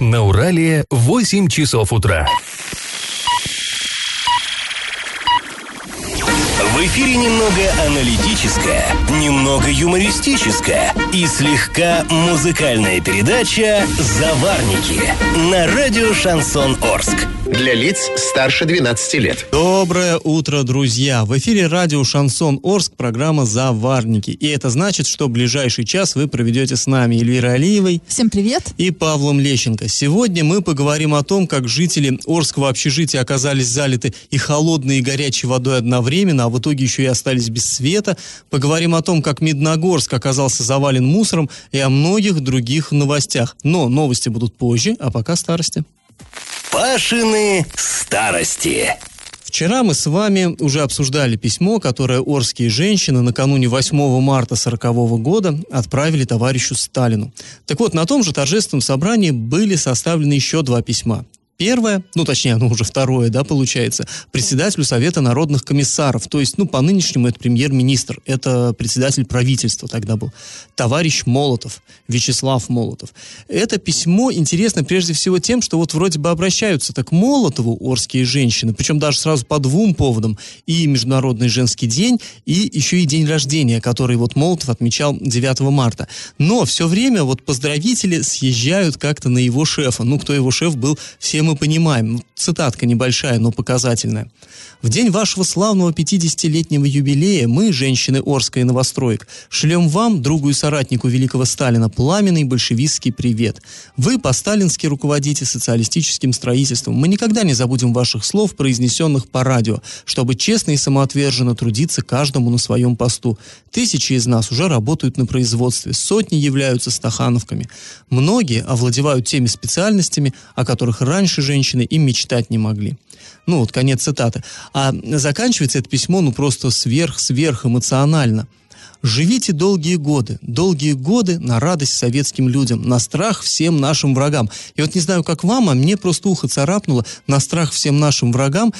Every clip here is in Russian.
На Урале 8 часов утра. В эфире немного аналитическая, немного юмористическая и слегка музыкальная передача «Заварники» на радио «Шансон Орск». Для лиц старше 12 лет. Доброе утро, друзья! В эфире радио «Шансон Орск», программа «Заварники». И это значит, что ближайший час вы проведете с нами Эльвирой Алиевой. Всем привет! И Павлом Лещенко. Сегодня мы поговорим о том, как жители Орского общежития оказались залиты и холодной, и горячей водой одновременно, а в итоге еще и остались без света. Поговорим о том, как Медногорск оказался завален мусором, и о многих других новостях. Но новости будут позже, а пока старости. Пашины старости. Вчера мы с вами уже обсуждали письмо, которое орские женщины накануне 8 марта 1940 года отправили товарищу Сталину. Так вот, на том же торжественном собрании были составлены еще два письма. Первое, уже второе, получается, председателю Совета народных комиссаров, то есть, по нынешнему это премьер-министр, это председатель правительства тогда был, товарищ Молотов, Вячеслав Молотов. Это письмо интересно прежде всего тем, что вроде бы обращаются-то к Молотову орские женщины, причем даже сразу по двум поводам, и Международный женский день, и еще и день рождения, который Молотов отмечал 9 марта. Но все время поздравители съезжают как-то на его шефа. Кто его шеф был, все мы понимаем. Цитатка небольшая, но показательная. «В день вашего славного 50-летнего юбилея мы, женщины Орска и новостроек, шлем вам, другу и соратнику великого Сталина, пламенный большевистский привет. Вы по-сталински руководите социалистическим строительством. Мы никогда не забудем ваших слов, произнесенных по радио, чтобы честно и самоотверженно трудиться каждому на своем посту. Тысячи из нас уже работают на производстве, сотни являются стахановками. Многие овладевают теми специальностями, о которых раньше женщины и мечтать не могли». Конец цитаты. А заканчивается это письмо, просто сверх эмоционально. «Живите долгие годы на радость советским людям, на страх всем нашим врагам». И не знаю, как вам, а мне просто ухо царапнуло на страх всем нашим врагам.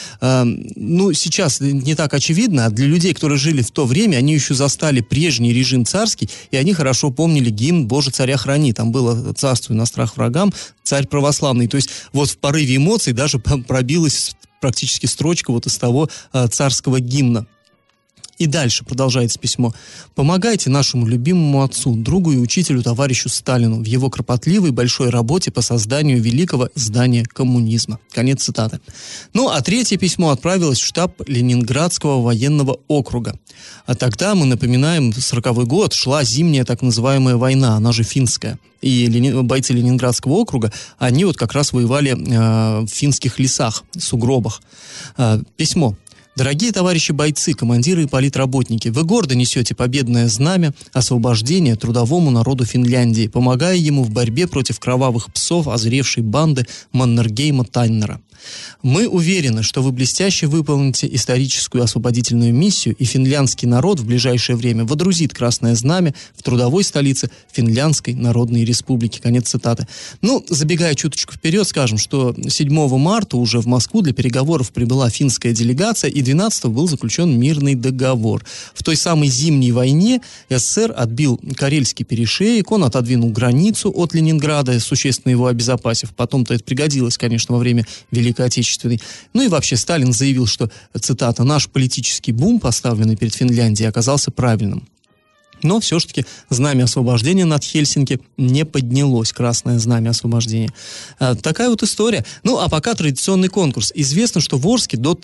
Сейчас не так очевидно, а для людей, которые жили в то время, они еще застали прежний режим царский, и они хорошо помнили гимн «Боже, царя храни». Там было «Царствуй на страх врагам, царь православный». То есть в порыве эмоций даже пробилась практически строчка из того царского гимна. И дальше продолжается письмо. «Помогайте нашему любимому отцу, другу и учителю товарищу Сталину в его кропотливой большой работе по созданию великого здания коммунизма». Конец цитаты. А третье письмо отправилось в штаб Ленинградского военного округа. А тогда, мы напоминаем, 1940 год, шла зимняя так называемая война, она же финская. И бойцы Ленинградского округа, они как раз воевали в финских лесах, сугробах. Письмо. «Дорогие товарищи бойцы, командиры и политработники, вы гордо несете победное знамя освобождения трудовому народу Финляндии, помогая ему в борьбе против кровавых псов озревшей банды Маннергейма Таннера. Мы уверены, что вы блестяще выполните историческую освободительную миссию, и финляндский народ в ближайшее время водрузит красное знамя в трудовой столице Финляндской Народной Республики». Конец цитаты. Забегая чуточку вперед, скажем, что 7 марта уже в Москву для переговоров прибыла финская делегация, и 12-го был заключен мирный договор. В той самой зимней войне СССР отбил Карельский перешеек, он отодвинул границу от Ленинграда, существенно его обезопасив. Потом-то это пригодилось, конечно, во время Великой Отечественной. И вообще Сталин заявил, что, цитата, «наш политический бум, поставленный перед Финляндией, оказался правильным». Но все-таки знамя освобождения над Хельсинки не поднялось, красное знамя освобождения. Такая история. А пока традиционный конкурс. Известно, что в Орске до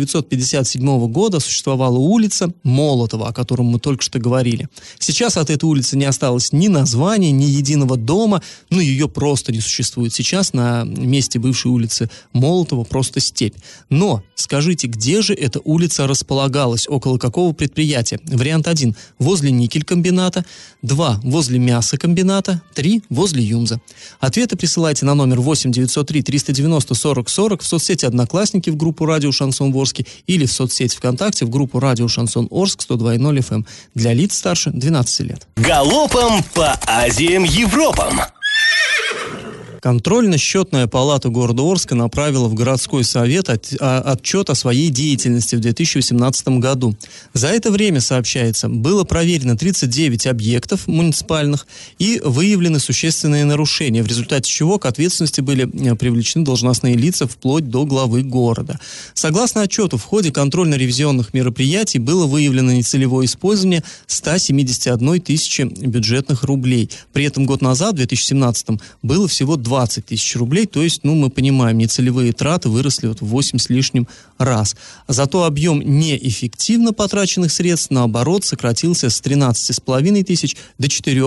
1957 года существовала улица Молотова, о котором мы только что говорили. Сейчас от этой улицы не осталось ни названия, ни единого дома, ее просто не существует. Сейчас на месте бывшей улицы Молотова просто степь. Но скажите, где же эта улица располагалась, около какого предприятия? Вариант 1 – возле никелькомбината, 2 – возле мясокомбината, 3 – возле ЮМЗа. Ответы присылайте на номер 8 903 390 40 40 в соцсети «Одноклассники» в группу «Радио Шансон Орск» или в соцсети ВКонтакте в группу «Радио Шансон Орск» 102.0 FM для лиц старше 12 лет. Галопом по Азиям Европам! Контрольно-счетная палата города Орска направила в городской совет отчет о своей деятельности в 2018 году. За это время, сообщается, было проверено 39 объектов муниципальных и выявлены существенные нарушения, в результате чего к ответственности были привлечены должностные лица вплоть до главы города. Согласно отчету, в ходе контрольно-ревизионных мероприятий было выявлено нецелевое использование 171 тысячи бюджетных рублей. При этом год назад, в 2017, было всего 20 тысяч рублей, то есть, мы понимаем, нецелевые траты выросли в 8 с лишним раз. Зато объем неэффективно потраченных средств, наоборот, сократился с 13,5 тысяч до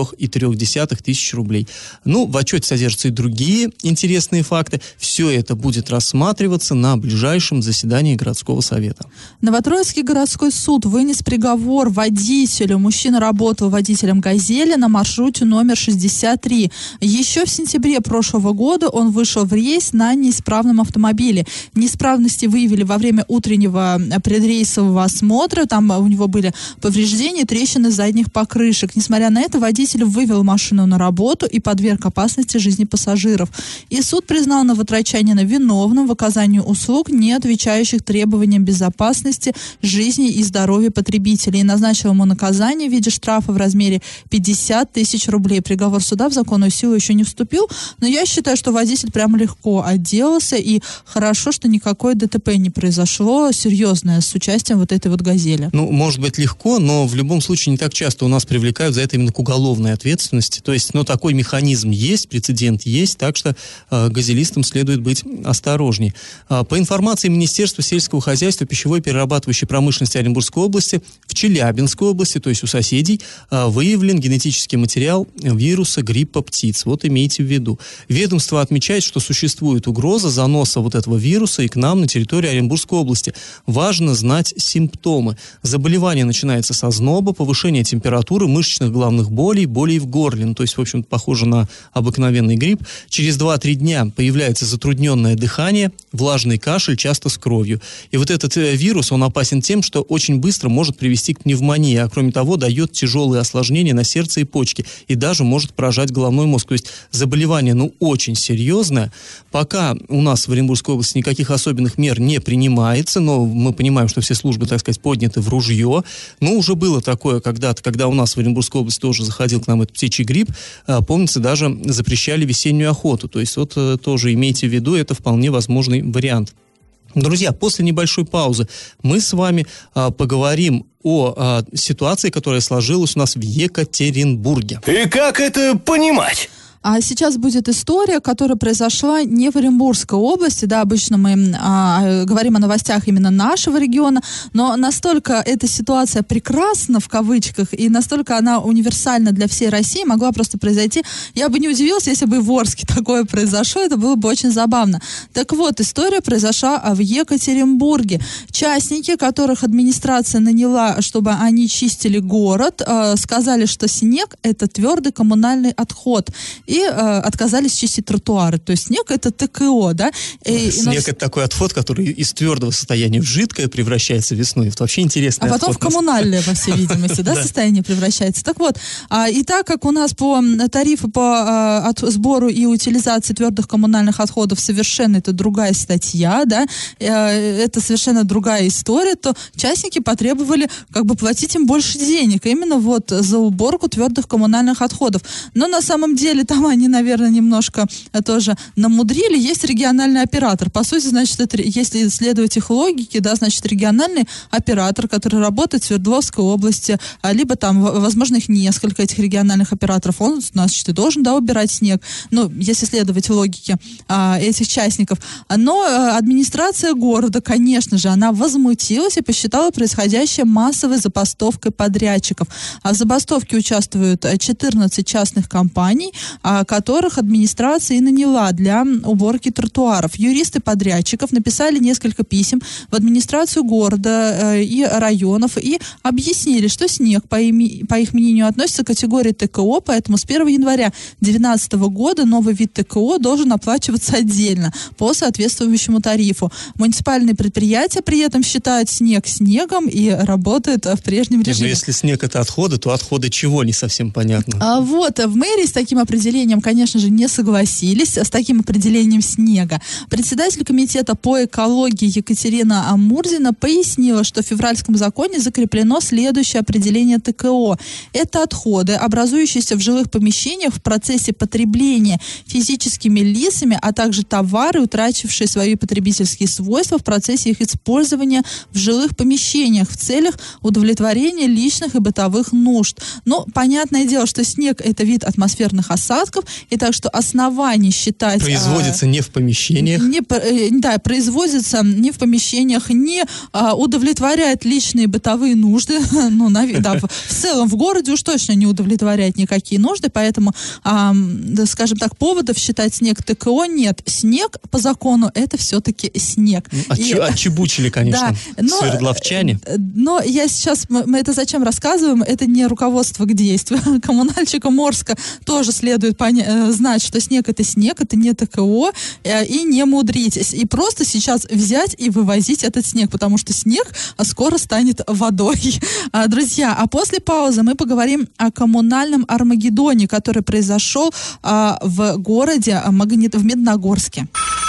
4,3 тысяч рублей. В отчете содержатся и другие интересные факты. Все это будет рассматриваться на ближайшем заседании городского совета. Новотроицкий городской суд вынес приговор водителю. Мужчина работал водителем «Газели» на маршруте номер 63. Еще в сентябре прошлого года он вышел в рейс на неисправном автомобиле. Неисправности выявили во время утреннего предрейсового осмотра. Там у него были повреждения, трещины задних покрышек. Несмотря на это, водитель вывел машину на работу и подверг опасности жизни пассажиров. И суд признал новотройчанина виновным в оказании услуг, не отвечающих требованиям безопасности, жизни и здоровья потребителей. И назначил ему наказание в виде штрафа в размере 50 тысяч рублей. Приговор суда в законную силу еще не вступил, но я считаю, что водитель прям легко отделался, и хорошо, что никакое ДТП не произошло серьезное с участием вот этой вот «Газели». Может быть, легко, но в любом случае не так часто у нас привлекают за это именно к уголовной ответственности. То есть, такой механизм есть, прецедент есть, так что газелистам следует быть осторожней. По информации Министерства сельского хозяйства, пищевой и перерабатывающей промышленности Оренбургской области, в Челябинской области, то есть у соседей, выявлен генетический материал вируса гриппа птиц. Вот имейте в виду. Ведомство отмечает, что существует угроза заноса вот этого вируса и к нам на территории Оренбургской области. Важно знать симптомы. Заболевание начинается с озноба, повышения температуры, мышечных головных болей, болей в горле. То есть, в общем-то, похоже на обыкновенный грипп. Через 2-3 дня появляется затрудненное дыхание, влажный кашель, часто с кровью. И вот этот вирус, он опасен тем, что очень быстро может привести к пневмонии, а кроме того, дает тяжелые осложнения на сердце и почки, и даже может поражать головной мозг. То есть заболевание, очень серьезное. Пока у нас в Оренбургской области никаких особенных мер не принимается, но мы понимаем, что все службы, так сказать, подняты в ружье. Но уже было такое когда-то, когда у нас в Оренбургской области тоже заходил к нам этот птичий грипп, помнится, даже запрещали весеннюю охоту. То есть тоже имейте в виду, это вполне возможный вариант. Друзья, после небольшой паузы мы с вами поговорим о ситуации, которая сложилась у нас в Екатеринбурге. И как это понимать? А сейчас будет история, которая произошла не в Оренбургской области. Да, обычно мы говорим о новостях именно нашего региона, но настолько эта ситуация прекрасна, в кавычках, и настолько она универсальна для всей России, могла просто произойти. Я бы не удивилась, если бы и в Орске такое произошло, это было бы очень забавно. Так вот, история произошла в Екатеринбурге. Частники, которых администрация наняла, чтобы они чистили город, сказали, что снег – это твердый коммунальный отход. И отказались чистить тротуары. То есть снег — это ТКО, да? Снег — это такой отход, который из твердого состояния в жидкое превращается весной. Это вообще интересный отход. А потом в коммунальное, по всей видимости, да, состояние превращается. Так вот, и так как у нас по тарифу по сбору и утилизации твердых коммунальных отходов совершенно это другая статья, да, это совершенно другая история, то частники потребовали платить им больше денег именно за уборку твердых коммунальных отходов. Но на самом деле там они, наверное, немножко тоже намудрили. Есть региональный оператор. По сути, значит, это, если следовать их логике, да, значит, региональный оператор, который работает в Свердловской области, либо там, возможно, их несколько, этих региональных операторов, он, значит, и должен, да, убирать снег. Если следовать логике этих частников. Но администрация города, конечно же, она возмутилась и посчитала происходящее массовой забастовкой подрядчиков. А в забастовке участвуют 14 частных компаний, которых администрация и наняла для уборки тротуаров. Юристы подрядчиков написали несколько писем в администрацию города и районов и объяснили, что снег, по их мнению, относится к категории ТКО, поэтому с 1 января 2019 года новый вид ТКО должен оплачиваться отдельно по соответствующему тарифу. Муниципальные предприятия при этом считают снег снегом и работают в прежнем режиме. Если снег — это отходы, то отходы чего, не совсем понятно. В мэрии с таким определением определением, конечно же, не согласились, с таким определением снега. Председатель комитета по экологии Екатерина Амурзина пояснила, что в февральском законе закреплено следующее определение ТКО. Это отходы, образующиеся в жилых помещениях в процессе потребления физическими лицами, а также товары, утрачившие свои потребительские свойства в процессе их использования в жилых помещениях в целях удовлетворения личных и бытовых нужд. Но понятное дело, что снег – это вид атмосферных осадков, и так что оснований считать... Производится не в помещениях. Производится не в помещениях, не удовлетворяет личные бытовые нужды. Ну, в целом в городе уж точно не удовлетворяет никакие нужды, поэтому, скажем так, поводов считать снег ТКО нет. Снег по закону – это все-таки снег. Отчебучили, конечно, свердловчане. Но я сейчас, мы это зачем рассказываем, это не руководство к действию. Коммунальщикам Орска тоже следует знать, что снег – это не ТКО, и не мудритесь. И просто сейчас взять и вывозить этот снег, потому что снег скоро станет водой. Друзья, а после паузы мы поговорим о коммунальном Армагеддоне, который произошел в городе, в Медногорске.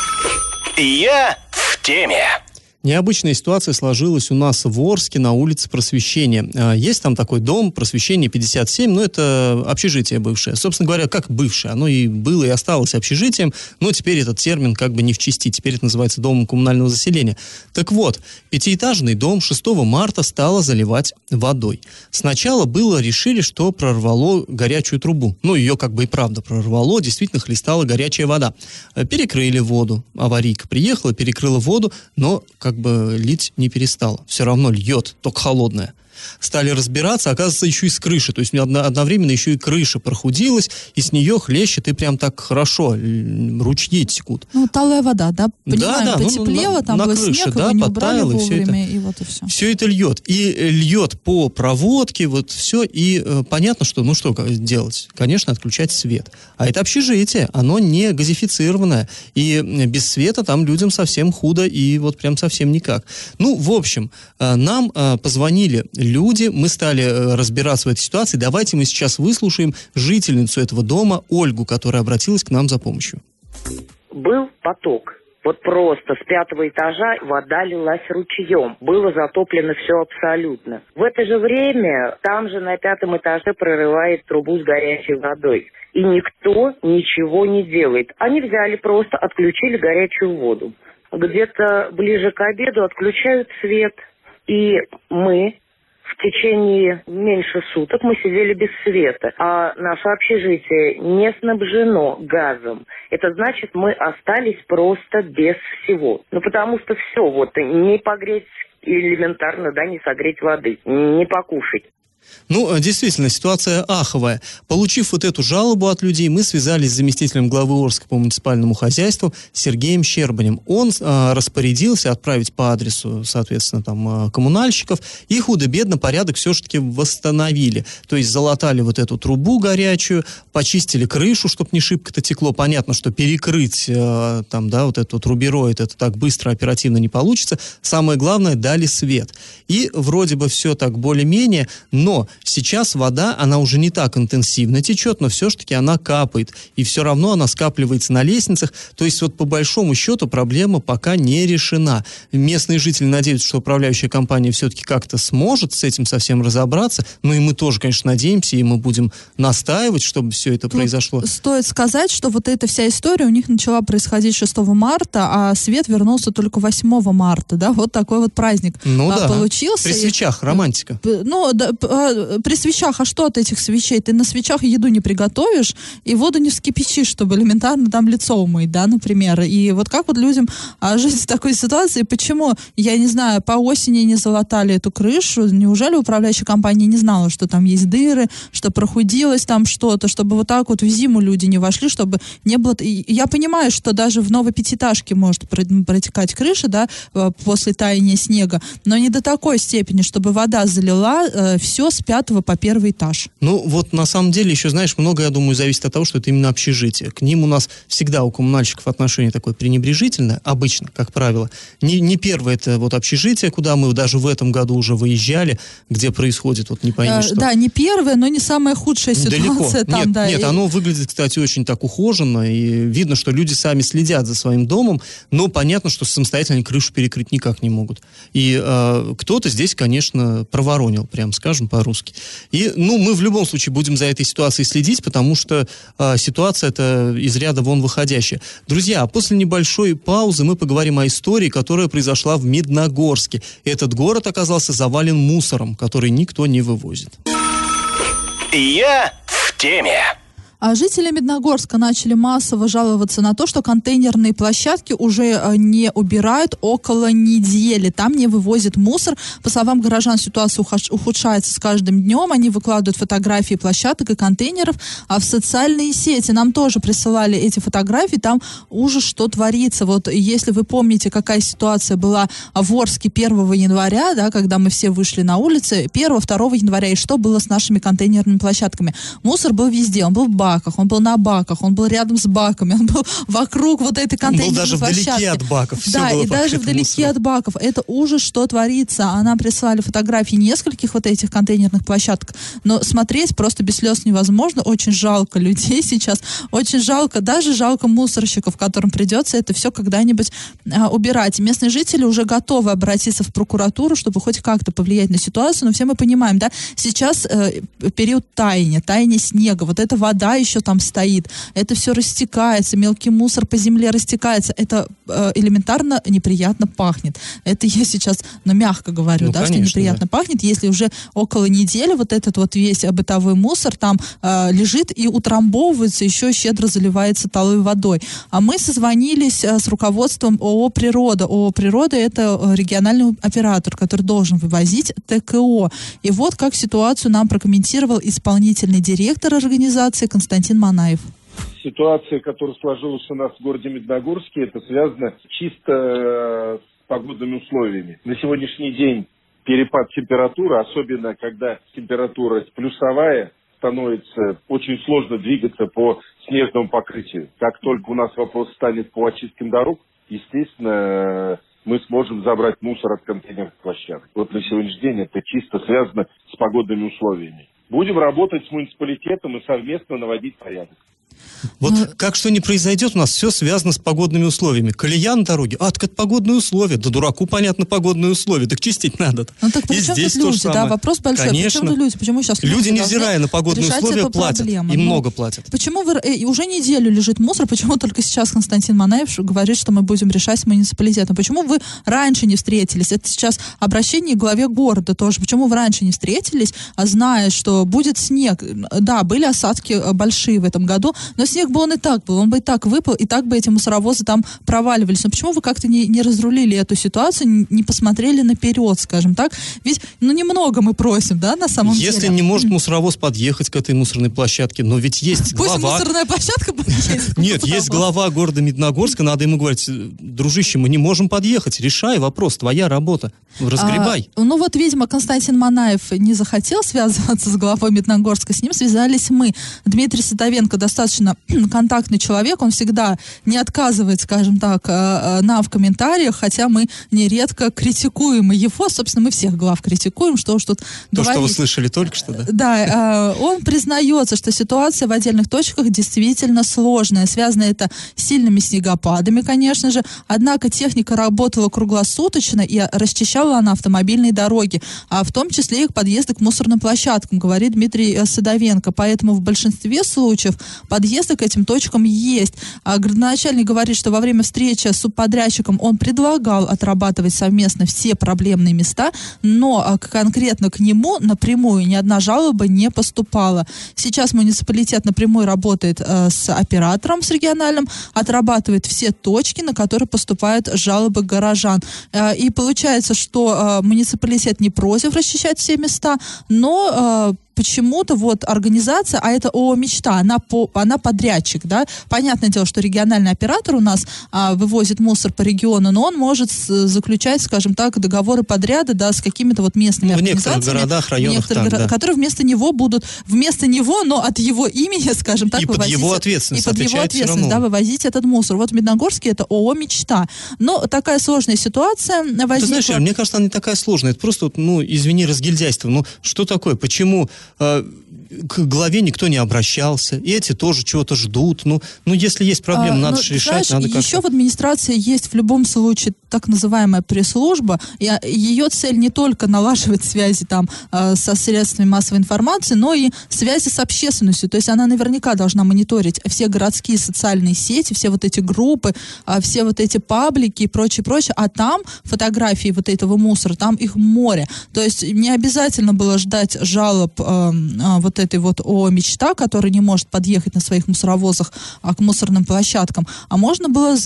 Я в теме. Необычная ситуация сложилась у нас в Орске на улице Просвещения. Есть там такой дом, Просвещение 57, но это общежитие бывшее. Собственно говоря, как бывшее. Оно и было, и осталось общежитием, но теперь этот термин как бы не в чести. Теперь это называется домом коммунального заселения. Так вот, пятиэтажный дом 6 марта стало заливать водой. Сначала решили, что прорвало горячую трубу. Ну, ее как бы и правда прорвало, действительно хлестала горячая вода. Перекрыли воду. Аварийка приехала, перекрыла воду, но как бы лить не перестала. Все равно льет, только холодная. Стали разбираться, оказывается, еще и с крыши. То есть одновременно еще и крыша прохудилась, и с нее хлещет, и прям так хорошо ручьи текут. Ну, талая вода, да? Понимаем, потеплело, там был снег, его не убрали вовремя, и вот и все. Все это льет. И льет по проводке, вот все. И понятно, что, что делать? Конечно, отключать свет. А это общежитие, оно не газифицированное. И без света там людям совсем худо, и вот прям совсем никак. В общем, нам позвонили люди, мы стали разбираться в этой ситуации. Давайте мы сейчас выслушаем жительницу этого дома, Ольгу, которая обратилась к нам за помощью. Был поток. Вот просто с 5-го этажа вода лилась ручьем. Было затоплено все абсолютно. В это же время там же на 5-м этаже прорывает трубу с горячей водой. И никто ничего не делает. Они взяли, просто отключили горячую воду. Где-то ближе к обеду отключают свет. И мы... В течение меньше суток мы сидели без света, а наше общежитие не снабжено газом. Это значит, мы остались просто без всего. Потому что все, не погреть элементарно, не согреть воды, не покушать. Действительно, ситуация аховая. Получив вот эту жалобу от людей, мы связались с заместителем главы Орска по муниципальному хозяйству Сергеем Щербанем. Он распорядился отправить по адресу, соответственно, коммунальщиков, и худо-бедно порядок все-таки восстановили. То есть залатали вот эту трубу горячую, почистили крышу, чтобы не шибко-то текло. Понятно, что перекрыть вот эту трубероид, это так быстро, оперативно не получится. Самое главное, дали свет. И вроде бы все так более-менее, но сейчас вода, она уже не так интенсивно течет, но все-таки она капает. И все равно она скапливается на лестницах. То есть по большому счету проблема пока не решена. Местные жители надеются, что управляющая компания все-таки как-то сможет с этим совсем разобраться. И мы тоже, конечно, надеемся, и мы будем настаивать, чтобы все это произошло. Стоит сказать, что вот эта вся история у них начала происходить 6 марта, а свет вернулся только 8 марта. Да? Вот такой вот праздник получился. При свечах, романтика. При свечах, а что от этих свечей? Ты на свечах еду не приготовишь и воду не вскипячишь, чтобы элементарно там лицо умыть, да, например. И вот как людям жить в такой ситуации? Почему, я не знаю, по осени не залатали эту крышу? Неужели управляющая компания не знала, что там есть дыры, что прохудилось там что-то, чтобы вот так вот в зиму люди не вошли, чтобы не было... Я понимаю, что даже в новой пятиэтажке может протекать крыша, да, после таяния снега, но не до такой степени, чтобы вода залила все с 5 по 1 этаж. Ну, вот на самом деле еще, знаешь, многое, я думаю, зависит от того, что это именно общежитие. К ним у нас всегда у коммунальщиков отношение такое пренебрежительное, обычно, как правило. Не первое это вот общежитие, куда мы даже в этом году уже выезжали, где происходит вот не пойми что. Да, не первое, но не самая худшая ситуация. Далеко. Там, Нет, оно выглядит, кстати, очень так ухоженно, и видно, что люди сами следят за своим домом, но понятно, что самостоятельно крышу перекрыть никак не могут. И кто-то здесь, конечно, проворонил, прям скажем по-русски. И, мы в любом случае будем за этой ситуацией следить, потому что ситуация это из ряда вон выходящая. Друзья, после небольшой паузы мы поговорим о истории, которая произошла в Медногорске. Этот город оказался завален мусором, который никто не вывозит. Я в теме. А жители Медногорска начали массово жаловаться на то, что контейнерные площадки уже не убирают около недели. Там не вывозят мусор. По словам горожан, ситуация ухудшается с каждым днем. Они выкладывают фотографии площадок и контейнеров, а в социальные сети нам тоже присылали эти фотографии. Там ужас, что творится. Вот если вы помните, какая ситуация была в Орске 1 января, да, когда мы все вышли на улицы, 1-2 января, и что было с нашими контейнерными площадками? Мусор был везде, он был в баках, он был на баках, он был рядом с баками, он был вокруг вот этой контейнерной площадки. Он был даже вдалеке от баков. Да, и даже вдалеке от баков. Это ужас, что творится. А нам прислали фотографии нескольких вот этих контейнерных площадок. Но смотреть просто без слез невозможно. Очень жалко людей сейчас. Очень жалко, даже жалко мусорщиков, которым придется это все когда-нибудь убирать. И местные жители уже готовы обратиться в прокуратуру, чтобы хоть как-то повлиять на ситуацию. Но все мы понимаем, да, сейчас период таяния снега. Вот эта вода еще там стоит, это все растекается, мелкий мусор по земле растекается, это элементарно неприятно пахнет. Это я сейчас, мягко говорю, да, конечно, что неприятно пахнет, если уже около недели вот этот вот весь бытовой мусор там лежит и утрамбовывается, еще щедро заливается талой водой. А мы созвонились с руководством ООО «Природа». ООО «Природа» — это региональный оператор, который должен вывозить ТКО. И вот как ситуацию нам прокомментировал исполнительный директор организации Константин Манаев. Ситуация, которая сложилась у нас в городе Медногорске, это связано чисто с погодными условиями. На сегодняшний день перепад температуры, особенно когда температура плюсовая, становится очень сложно двигаться по снежному покрытию. Как только у нас вопрос станет по очистке дорог, естественно, мы сможем забрать мусор от контейнерных площадок. Вот на сегодняшний день это чисто связано с погодными условиями. Будем работать с муниципалитетом и совместно наводить порядок. Вот как что ни произойдет, у нас все связано с погодными условиями. Колея на дороге, так это погодные условия. Да дураку понятно погодные условия, так чистить надо. Ну так при чем тут люди, да, вопрос большой. Конечно. Почему люди? Почему сейчас люди, невзирая на погодные условия, платят. И много платят. Почему уже неделю лежит мусор, почему только сейчас Константин Манаев говорит, что мы будем решать с муниципалитетом? Почему вы раньше не встретились? Это сейчас обращение к главе города тоже. Почему вы раньше не встретились, зная, что будет снег? Да, были осадки большие в этом году, но снег бы он и так был, он бы и так выпал, и так бы эти мусоровозы там проваливались. Но почему вы как-то не разрулили эту ситуацию, не посмотрели наперед, скажем так? Ведь, немного мы просим, да, на самом деле. Если не может мусоровоз подъехать к этой мусорной площадке, но ведь есть глава... Пусть мусорная площадка подъедет. Нет, есть глава города Медногорска, надо ему говорить: дружище, мы не можем подъехать, решай вопрос, твоя работа, разгребай. Видимо, Константин Манаев не захотел связываться с главой Медногорска, с ним связались мы. Дмитрий Садовенко достаточно контактный человек, он всегда не отказывает, скажем так, нам в комментариях, хотя мы нередко критикуем его, собственно, мы всех глав критикуем, что уж тут говорить. Что вы слышали только что, да? Да, он признается, что ситуация в отдельных точках действительно сложная, связано это с сильными снегопадами, конечно же, однако техника работала круглосуточно и расчищала она автомобильные дороги, а в том числе и подъезды к мусорным площадкам, говорит Дмитрий Садовенко, поэтому в большинстве случаев подъезды к этим точкам есть. А градоначальник говорит, что во время встречи с субподрядчиком он предлагал отрабатывать совместно все проблемные места, но конкретно к нему напрямую ни одна жалоба не поступала. Сейчас муниципалитет напрямую работает с оператором, с региональным, отрабатывает все точки, на которые поступают жалобы горожан. И получается, что муниципалитет не против расчищать все места, но почему-то вот организация, а это ООО «Мечта», она подрядчик, да. Понятное дело, что региональный оператор у нас вывозит мусор по региону, но он может заключать, скажем так, договоры подряда, да, с какими-то вот местными организациями. В некоторых городах, районах, которые вместо него, но от его имени, скажем так, и под его ответственность, да, вывозить этот мусор. Вот в Медногорске это ООО «Мечта». Но такая сложная ситуация возникла. Ты знаешь, мне кажется, она не такая сложная. Это просто, извини, разгильдяйство. Что такое? Почему к главе никто не обращался? И эти тоже чего-то ждут. Если есть проблемы, надо же решать. Надо как-то. Еще в администрации есть в любом случае так называемая пресс-служба. Ее цель не только налаживать связи там со средствами массовой информации, но и связи с общественностью. То есть она наверняка должна мониторить все городские социальные сети, все вот эти группы, все вот эти паблики и прочее. А там фотографии вот этого мусора, там их море. То есть не обязательно было ждать жалоб вот этой вот ООО «Мечта», которая не может подъехать на своих мусоровозах к мусорным площадкам. А можно было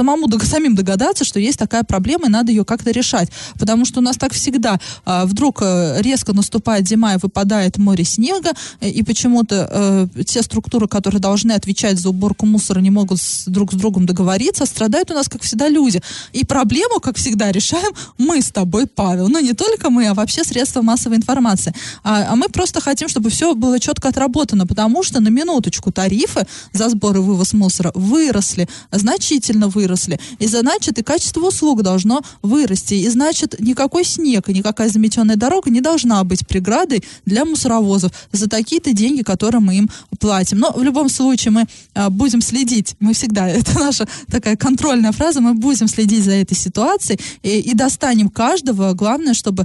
самим догадаться, что есть такая проблема, и надо ее как-то решать. Потому что у нас так всегда. Вдруг резко наступает зима, и выпадает море снега, и почему-то те структуры, которые должны отвечать за уборку мусора, не могут друг с другом договориться, страдают у нас, как всегда, люди. И проблему, как всегда, решаем мы с тобой, Павел. Не только мы, а вообще средства массовой информации. А мы просто хотим, чтобы все было четко отработано, потому что, на минуточку, тарифы за сбор и вывоз мусора выросли, значительно выросли. И значит, и качество услуг должно вырасти. И значит, никакой снег и никакая заметенная дорога не должна быть преградой для мусоровозов за такие-то деньги, которые мы им платим. Но в любом случае мы будем следить, мы всегда, это наша такая контрольная фраза, мы будем следить за этой ситуацией и достанем каждого. Главное, чтобы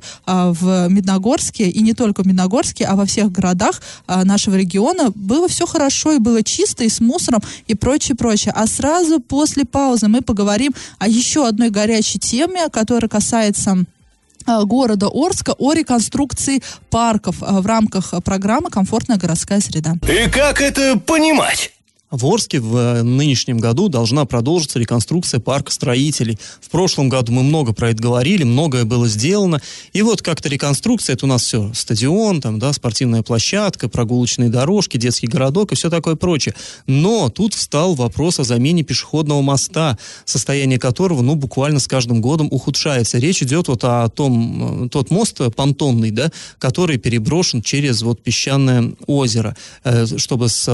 в Медногорске, и не только в Медногорске, а во всех городах нашего региона было все хорошо, и было чисто, и с мусором, и прочее. А сразу после паузы мы поговорим о еще одной горячей теме, которая касается города Орска, о реконструкции парков в рамках программы «Комфортная городская среда». И как это понимать? В Орске в нынешнем году должна продолжиться реконструкция парка строителей. В прошлом году мы много про это говорили, многое было сделано. И вот как-то реконструкция, это у нас все, стадион, спортивная площадка, прогулочные дорожки, детский городок и все такое прочее. Но тут встал вопрос о замене пешеходного моста, состояние которого, буквально с каждым годом ухудшается. Речь идет о тот мост понтонный, который переброшен через песчаное озеро, чтобы с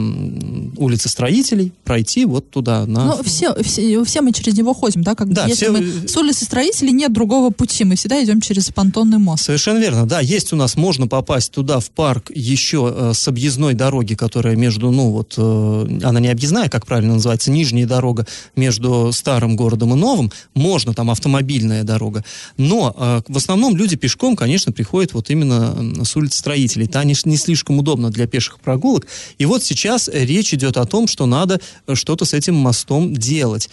улицы Строителей пройти вот туда. Все мы через него ходим, да? Если мы с улицы Строителей, нет другого пути, мы всегда идем через понтонный мост. Совершенно верно, да, есть у нас, можно попасть туда, в парк, еще с объездной дороги, которая между, она не объездная, как правильно называется, нижняя дорога между старым городом и новым, можно, там автомобильная дорога, но в основном люди пешком, конечно, приходят именно с улицы Строителей, это не слишком удобно для пеших прогулок, и вот сейчас речь идет о том, что надо что-то с этим мостом делать.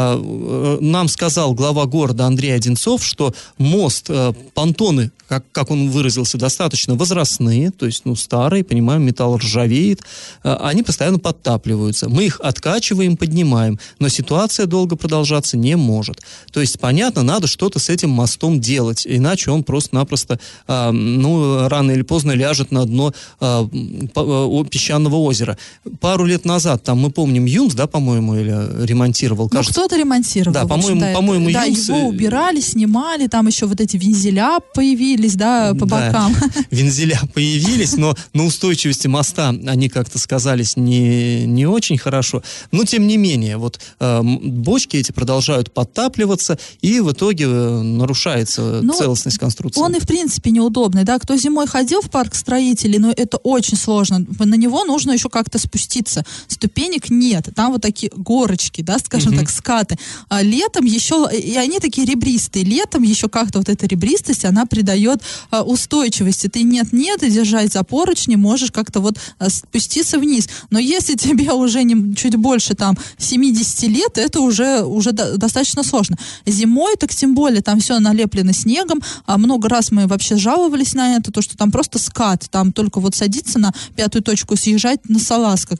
Нам сказал глава города Андрей Одинцов, что мост, понтоны, как он выразился, достаточно возрастные, то есть, старые, понимаем, металл ржавеет, они постоянно подтапливаются. Мы их откачиваем, поднимаем, но ситуация долго продолжаться не может. То есть, понятно, надо что-то с этим мостом делать, иначе он просто-напросто, рано или поздно ляжет на дно песчаного озера. Пару лет назад, мы помним, ЮМС, по-моему, или ремонтировал. Кажется. Кто-то ремонтировал. Да, по-моему, да, ЮМС... его убирали, снимали, там еще вот эти вензеля появились, по бокам. Вензеля появились, но на устойчивости моста они как-то сказались не очень хорошо. Но, тем не менее, бочки эти продолжают подтапливаться, и в итоге нарушается целостность конструкции. Он и, в принципе, неудобный, Кто зимой ходил в парк Строителей, это очень сложно. На него нужно еще как-то спуститься. Ступенек нет. Там такие горочки, скажем так, скаты. А летом еще, и они такие ребристые, летом еще как-то эта ребристость, она придает устойчивости. Ты нет-нет, и держать за поручни, можешь как-то спуститься вниз. Но если тебе уже чуть больше 70 лет, это уже достаточно сложно. Зимой, так тем более, там все налеплено снегом. Много раз мы вообще жаловались на это, то, что там просто скат. Там только садиться на 5-ю точку, съезжать на салазках, по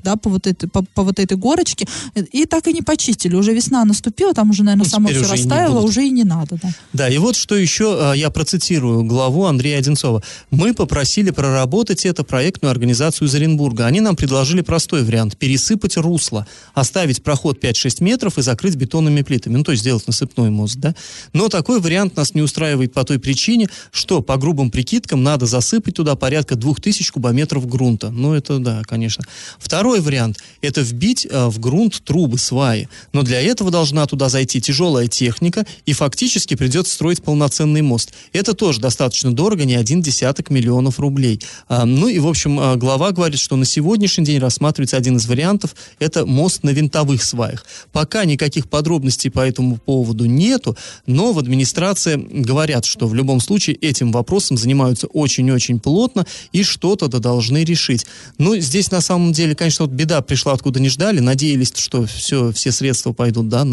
по вот этой горочке, и так и не почистили. Уже весна наступила, там уже, наверное, само все растаяло, уже и не надо. Да. Да, и вот что еще, я процитирую главу Андрея Одинцова. Мы попросили проработать это проектную организацию из Оренбурга. Они нам предложили простой вариант – пересыпать русло, оставить проход 5-6 метров и закрыть бетонными плитами. Ну, то есть сделать насыпной мост, да. Но такой вариант нас не устраивает по той причине, что, по грубым прикидкам, надо засыпать туда порядка 2000 кубометров грунта. Ну, это да, конечно. Второй вариант – это вбить в грунт трубы, сваи. Но для этого должна туда зайти тяжелая техника, и фактически придется строить полноценный мост. Это тоже достаточно дорого, не 1,1 миллиона рублей. Ну и, в общем, глава говорит, что на сегодняшний день рассматривается один из вариантов – это мост на винтовых сваях. Пока никаких подробностей по этому поводу нету, но в администрации говорят, что в любом случае этим вопросом занимаются очень-очень плотно и что-то должны решить. Ну, здесь на самом деле, конечно, вот беда пришла, откуда не ждали. Надеялись, что все средства пойдут, да,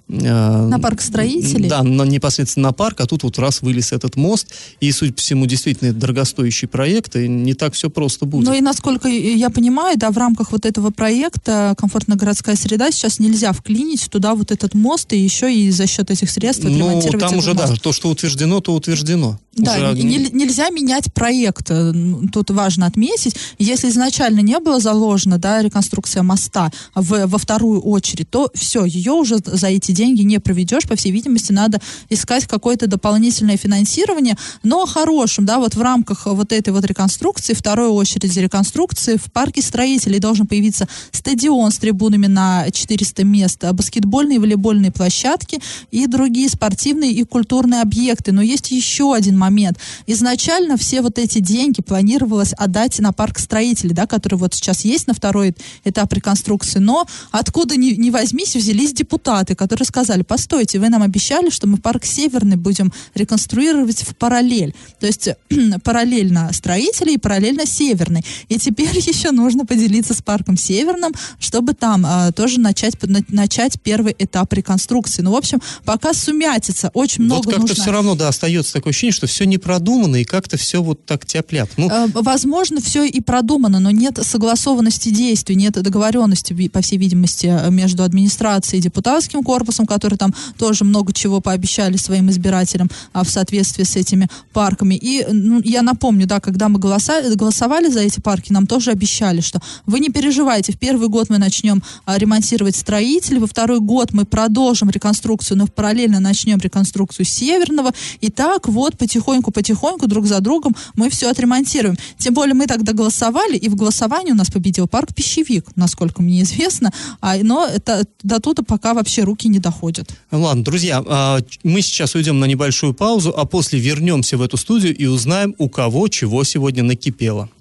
на парк строителей? Да, непосредственно на парк, а тут вот раз вылез этот мост, и, судя по всему, действительно это дорогостоящий проект, и не так все просто будет. Ну и, насколько я понимаю, да, в рамках вот этого проекта «Комфортная городская среда» сейчас нельзя вклинить туда вот этот мост, и еще и за счет этих средств отремонтировать этот мост. Ну, там уже, да, то, что утверждено, то утверждено. Да, нельзя менять проект. Тут важно отметить, если изначально не было заложено, да, реконструкция моста во вторую очередь, то все, ее уже за эти деньги не проведешь. По всей видимости, надо искать какое-то дополнительное финансирование, но хорошим, да, вот в рамках вот этой вот реконструкции, второй очереди реконструкции, в парке строителей должен появиться стадион с трибунами на 400 мест, баскетбольные и волейбольные площадки и другие спортивные и культурные объекты. Но есть еще один момент. Изначально все вот эти деньги планировалось отдать на парк строителей, да, который вот сейчас есть на второй этап реконструкции, но откуда ни возьмись, взялись депутаты, которые сказали: постойте, вы нам обещали, что мы парк Северный будем реконструировать в параллель. То есть параллельно строителей и параллельно Северный. И теперь еще нужно поделиться с парком Северным, чтобы там тоже начать первый этап реконструкции. Ну, в общем, пока сумятица, очень много нужно. Вот как-то все равно, да, остается такое ощущение, что все не продумано и как-то все вот так тяп-ляп. Ну... Возможно, все и продумано, но нет согласованности действий, нет договоренности, по всей видимости, между администрацией и депутатским корпусом, которые там тоже много чего пообещали своим избирателям в соответствии с этими парками. И я напомню, да, когда мы голосовали за эти парки, нам тоже обещали, что вы не переживайте, в первый год мы начнем ремонтировать строителей, во второй год мы продолжим реконструкцию, но параллельно начнем реконструкцию Северного, и так вот потихоньку друг за другом мы все отремонтируем. Тем более мы тогда голосовали, и в голосовании у нас победил парк Пищевик, насколько мне известно, но до туда пока вообще руки не доходят. Ладно, друзья, мы сейчас уйдем на небольшую паузу, а после вернемся в эту студию и узнаем, у кого чего сегодня накипело.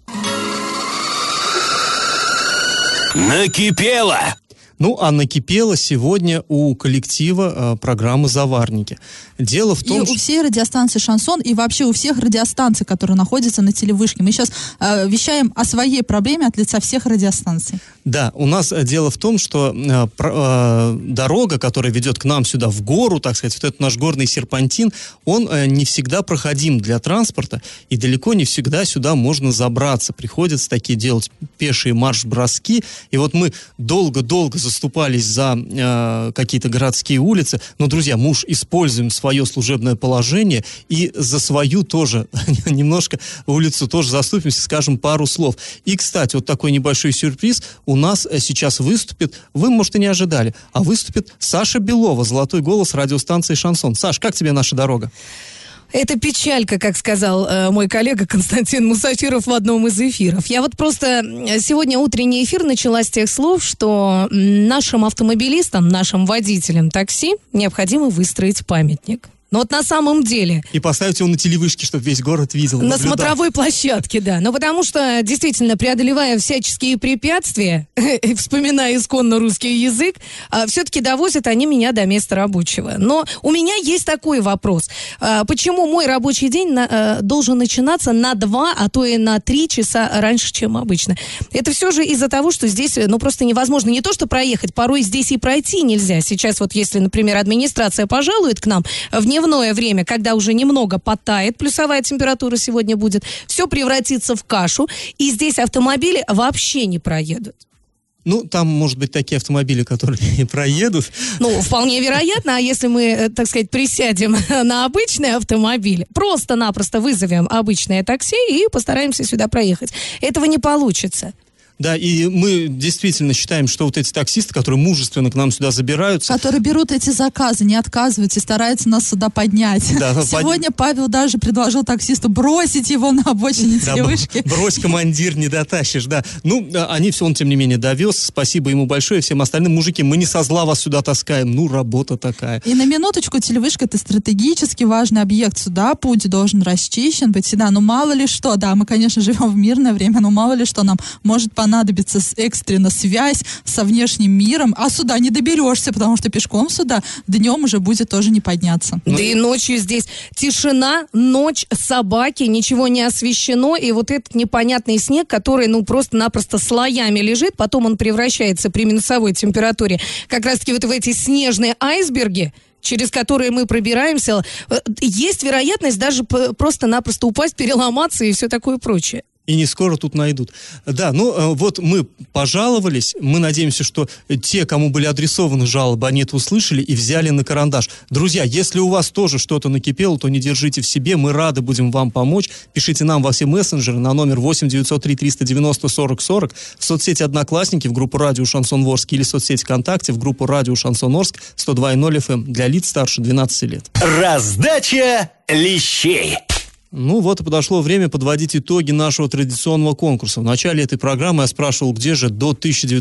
Накипело! Ну, а накипело сегодня у коллектива программы «Заварники». Дело в том, и у всей радиостанции «Шансон», и вообще у всех радиостанций, которые находятся на телевышке. Мы сейчас вещаем о своей проблеме от лица всех радиостанций. Да, у нас дело в том, что дорога, которая ведет к нам сюда в гору, так сказать, вот этот наш горный серпантин, он не всегда проходим для транспорта, и далеко не всегда сюда можно забраться. Приходится такие делать пешие марш-броски, и вот мы долго заступались за какие-то городские улицы, но, друзья, мы уж используем свое служебное положение и за свою тоже немножко улицу тоже заступимся, скажем пару слов. И, кстати, вот такой небольшой сюрприз, у нас сейчас выступит, вы, может, и не ожидали, а выступит Саша Белова, золотой голос радиостанции «Шансон». Саш, как тебе наша дорога? Это печалька, как сказал мой коллега Константин Мусафиров в одном из эфиров. Я вот просто... Сегодня утренний эфир начала с тех слов, что нашим автомобилистам, нашим водителям такси необходимо выстроить памятник. Но вот на самом деле... И поставить его на телевышке, чтобы весь город видел. На смотровой площадке, да. Но потому что, действительно, преодолевая всяческие препятствия, вспоминая исконно русский язык, все-таки довозят они меня до места рабочего. Но у меня есть такой вопрос. Почему мой рабочий день должен начинаться на 2, а то и на 3 часа раньше, чем обычно? Это все же из-за того, что здесь, просто невозможно не то, что проехать, порой здесь и пройти нельзя. Сейчас вот если, например, администрация пожалует к нам в дневное время, когда уже немного подтает, плюсовая температура сегодня будет, все превратится в кашу, и здесь автомобили вообще не проедут. Ну, там, может быть, такие автомобили, которые проедут. Ну, вполне вероятно, а если мы, так сказать, присядем на обычный автомобиль, просто-напросто вызовем обычное такси и постараемся сюда проехать, этого не получится. Да, и мы действительно считаем, что вот эти таксисты, которые мужественно к нам сюда забираются... Которые берут эти заказы, не отказываются, стараются нас сюда поднять. Да, сегодня Павел даже предложил таксисту бросить его на обочине телевышки. Брось, командир, не дотащишь, да. Ну, он, тем не менее, довез. Спасибо ему большое. Всем остальным, мужики, мы не со зла вас сюда таскаем. Ну, работа такая. И на минуточку, телевышка — это стратегически важный объект. Сюда путь должен расчищен быть всегда. Ну, мало ли что, да, мы, конечно, живем в мирное время, но мало ли что нам может понадобится экстренно связь со внешним миром, а сюда не доберешься, потому что пешком сюда днем уже будет тоже не подняться. Да и ночью здесь тишина, ночь, собаки, ничего не освещено, и вот этот непонятный снег, который, ну, просто-напросто слоями лежит, потом он превращается при минусовой температуре как раз-таки вот в эти снежные айсберги, через которые мы пробираемся. Есть вероятность даже просто-напросто упасть, переломаться и все такое прочее. И не скоро тут найдут. Да, ну вот мы пожаловались, мы надеемся, что те, кому были адресованы жалобы, они это услышали и взяли на карандаш. Друзья, если у вас тоже что-то накипело, то не держите в себе, мы рады будем вам помочь. Пишите нам во все мессенджеры на номер 8-903-390-40-40, в соцсети «Одноклассники», в группу «Радио Шансон Орск» или в соцсети ВКонтакте, в группу «Радио Шансон Орск» 102.0 FM для лиц старше 12 лет. Раздача лещей. Ну вот и подошло время подводить итоги нашего традиционного конкурса. В начале этой программы я спрашивал, где же до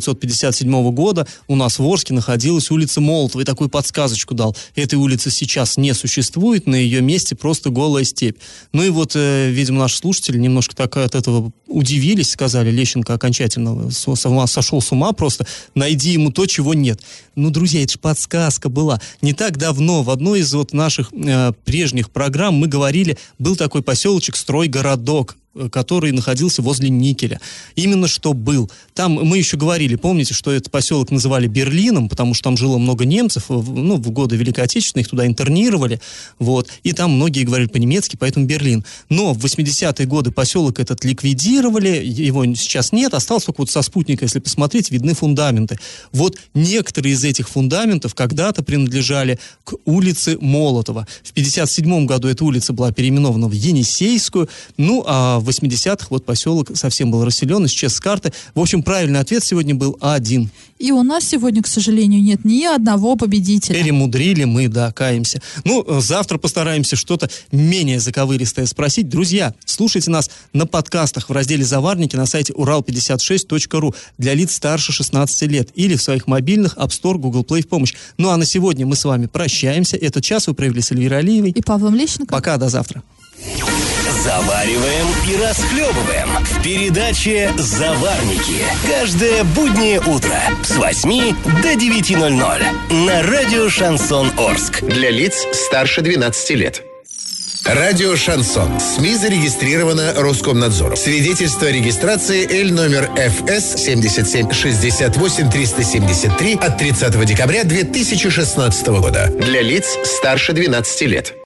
1957 года у нас в Орске находилась улица Молотова, и такую подсказочку дал. Этой улицы сейчас не существует, на ее месте просто голая степь. Ну и вот, видимо, наши слушатели немножко так от этого удивились, сказали, Лещенко окончательно сошел с ума просто, найди ему то, чего нет. Ну, друзья, это же подсказка была. Не так давно в одной из вот наших прежних программ мы говорили, был такой поселочек Стройгородок, который находился возле Никеля. Именно что был. Там мы еще говорили, помните, что этот поселок называли Берлином, потому что там жило много немцев, ну, в годы Великой Отечественной их туда интернировали, вот, и там многие говорили по-немецки, поэтому Берлин. Но в 80-е годы поселок этот ликвидировали, его сейчас нет, осталось только вот со спутника, если посмотреть, видны фундаменты. Вот некоторые из этих фундаментов когда-то принадлежали к улице Молотова. В 57 году эта улица была переименована в Енисейскую, ну, а в 80-х вот поселок совсем был расселен, исчез с карты. В общем, правильный ответ сегодня был А1. И у нас сегодня, к сожалению, нет ни одного победителя. Перемудрили мы, да, каемся. Ну, завтра постараемся что-то менее заковыристое спросить. Друзья, слушайте нас на подкастах в разделе «Заварники» на сайте ural56.ru для лиц старше 16 лет или в своих мобильных App Store, Google Play в помощь. Ну, а на сегодня мы с вами прощаемся. Этот час вы провели с Эльвирой Алиевой и Павлом Лещенко. Пока, до завтра. Завариваем и расхлебываем в передаче «Заварники». Каждое буднее утро с 8 до 9:00 на радио «Шансон Орск». Для лиц старше 12 лет. Радио «Шансон». СМИ зарегистрировано Роскомнадзором. Свидетельство о регистрации Л номер ФС 7768373 от 30 декабря 2016 года. Для лиц старше 12 лет.